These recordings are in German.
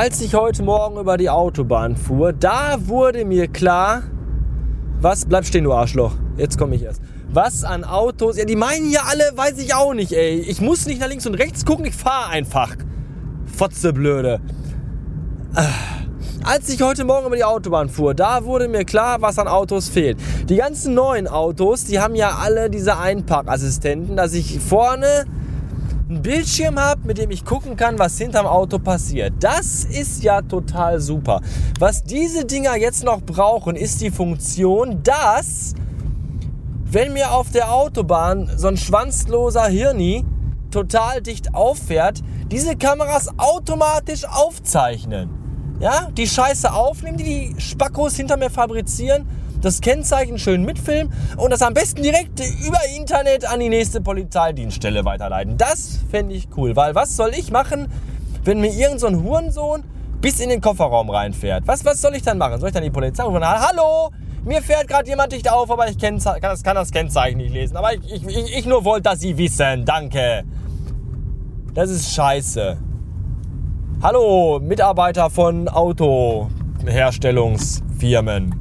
Als ich heute Morgen über die Autobahn fuhr, da wurde mir klar, bleib stehen, du Arschloch, jetzt komme ich erst. Was an Autos, ja die meinen ja alle, weiß ich auch nicht, ey. Ich muss nicht nach links und rechts gucken, ich fahre einfach. Fotzeblöde. Als ich heute Morgen über die Autobahn fuhr, da wurde mir klar, was an Autos fehlt. Die ganzen neuen Autos, die haben ja alle diese Einparkassistenten, dass ich vorne einen Bildschirm habe, mit dem ich gucken kann, was hinterm Auto passiert. Das ist ja total super. Was diese Dinger jetzt noch brauchen, ist die Funktion, dass, wenn mir auf der Autobahn so ein schwanzloser Hirni total dicht auffährt, diese Kameras automatisch aufzeichnen. Ja, die Scheiße aufnehmen, die Spackos hinter mir fabrizieren, das Kennzeichen schön mitfilmen und das am besten direkt über Internet an die nächste Polizeidienststelle weiterleiten. Das fände ich cool, weil was soll ich machen, wenn mir irgend so ein Hurensohn bis in den Kofferraum reinfährt? Was soll ich dann machen? Soll ich dann die Polizei rufen? Hallo, mir fährt gerade jemand dicht auf, aber ich kann das Kennzeichen nicht lesen. Aber ich nur wollte, dass Sie wissen. Danke. Das ist scheiße. Hallo, Mitarbeiter von Autoherstellungsfirmen.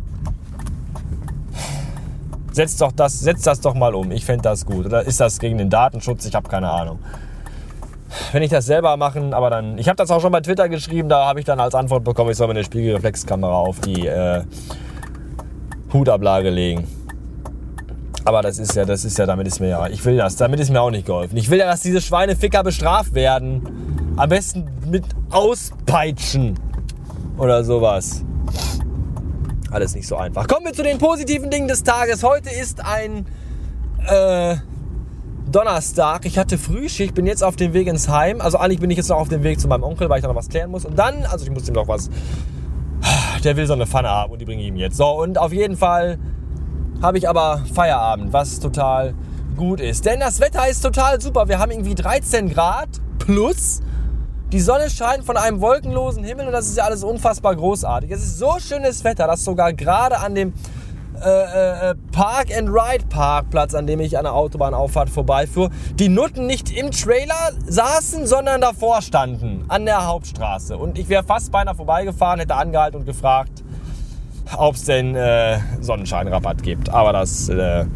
Setzt das doch mal um. Ich fände das gut. Oder ist das gegen den Datenschutz? Ich habe keine Ahnung. Wenn ich das selber machen, aber dann... Ich habe das auch schon bei Twitter geschrieben, da habe ich dann als Antwort bekommen, ich soll mir eine Spiegelreflexkamera auf die Hutablage legen. Aber damit ist mir auch nicht geholfen. Ich will ja, dass diese Schweineficker bestraft werden. Am besten mit Auspeitschen oder sowas. Alles nicht so einfach. Kommen wir zu den positiven Dingen des Tages. Heute ist ein Donnerstag. Ich hatte Frühschicht, bin jetzt auf dem Weg ins Heim. Also eigentlich bin ich jetzt noch auf dem Weg zu meinem Onkel, weil ich da noch was klären muss. Und dann, also ich muss ihm noch was... Der will so eine Pfanne haben und die bringe ich ihm jetzt. So, und auf jeden Fall habe ich aber Feierabend, was total gut ist. Denn das Wetter ist total super. Wir haben irgendwie 13 Grad plus. Die Sonne scheint von einem wolkenlosen Himmel und das ist ja alles unfassbar großartig. Es ist so schönes Wetter, dass sogar gerade an dem Park-and-Ride-Parkplatz, an dem ich an der Autobahnauffahrt vorbeifuhr, die Nutten nicht im Trailer saßen, sondern davor standen, an der Hauptstraße. Und ich wäre fast beinahe vorbeigefahren, hätte angehalten und gefragt, ob es denn Sonnenscheinrabatt gibt. Aber das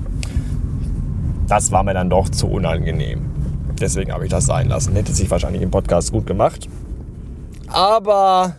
war mir dann doch zu unangenehm. Deswegen habe ich das sein lassen. Hätte sich wahrscheinlich im Podcast gut gemacht. Aber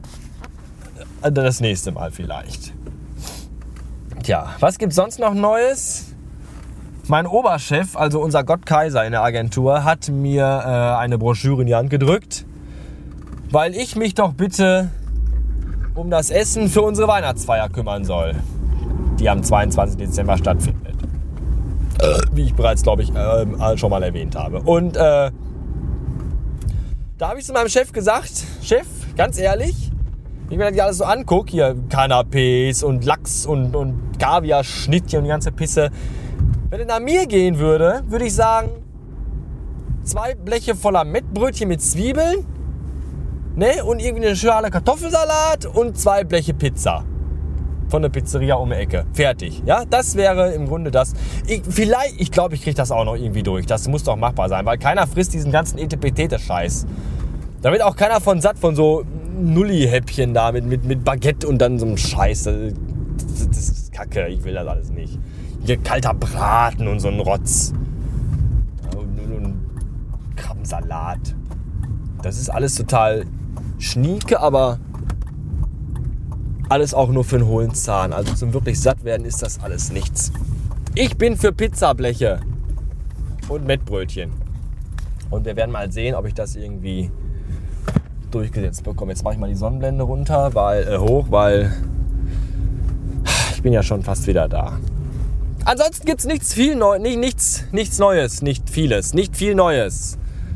das nächste Mal vielleicht. Tja, was gibt's sonst noch Neues? Mein Oberchef, also unser Gott Kaiser in der Agentur, hat mir eine Broschüre in die Hand gedrückt, weil ich mich doch bitte um das Essen für unsere Weihnachtsfeier kümmern soll, die am 22. Dezember stattfindet. Wie ich bereits, glaube ich, schon mal erwähnt habe. Und da habe ich zu meinem Chef gesagt, Chef, ganz ehrlich, wenn ich mir das alles so angucke, hier Canapés und Lachs und Kaviar-Schnittchen und die ganze Pisse, wenn es nach mir gehen würde, würde ich sagen, 2 Bleche voller Mettbrötchen mit Zwiebeln, ne, und irgendwie eine Schale Kartoffelsalat und 2 Bleche Pizza. Von der Pizzeria um die Ecke. Fertig. Ja, das wäre im Grunde das. Ich glaube, ich kriege das auch noch irgendwie durch. Das muss doch machbar sein, weil keiner frisst diesen ganzen Etepetete-Scheiß. Da wird auch keiner von satt, von so Nulli-Häppchen da mit Baguette und dann so einem Scheiß. Das ist Kacke, ich will das alles nicht. Hier kalter Braten und so ein Rotz. Und Krabbensalat. Das ist alles total schnieke, aber alles auch nur für einen hohlen Zahn. Also zum wirklich satt werden ist das alles nichts. Ich bin für Pizzableche und Mettbrötchen. Und wir werden mal sehen, ob ich das irgendwie durchgesetzt bekomme. Jetzt mache ich mal die Sonnenblende runter, hoch, weil ich bin ja schon fast wieder da. Ansonsten gibt es nichts Neues, nicht viel Neues.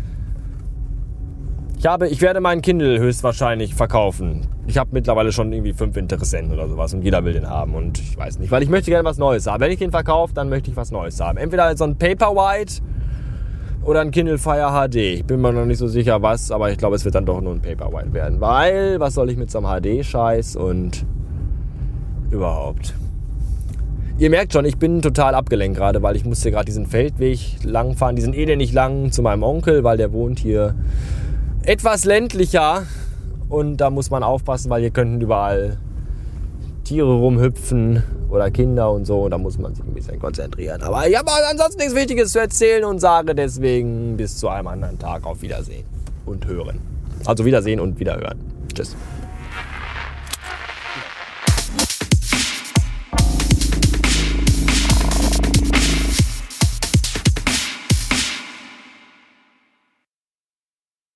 Ich werde meinen Kindle höchstwahrscheinlich verkaufen. Ich habe mittlerweile schon irgendwie 5 Interessenten oder sowas und jeder will den haben und ich weiß nicht, weil ich möchte gerne was Neues haben. Wenn ich den verkaufe, dann möchte ich was Neues haben. Entweder so ein Paperwhite oder ein Kindle Fire HD. Ich bin mir noch nicht so sicher was, aber ich glaube, es wird dann doch nur ein Paperwhite werden. Weil, was soll ich mit so einem HD-Scheiß und überhaupt. Ihr merkt schon, ich bin total abgelenkt gerade, weil ich musste gerade diesen Feldweg langfahren, diesen elendig lang zu meinem Onkel, weil der wohnt hier etwas ländlicher und da muss man aufpassen, weil hier könnten überall Tiere rumhüpfen oder Kinder und so. Da muss man sich ein bisschen konzentrieren. Aber ich habe ansonsten nichts Wichtiges zu erzählen und sage deswegen bis zu einem anderen Tag auf Wiedersehen und Hören. Also Wiedersehen und Wiederhören. Tschüss.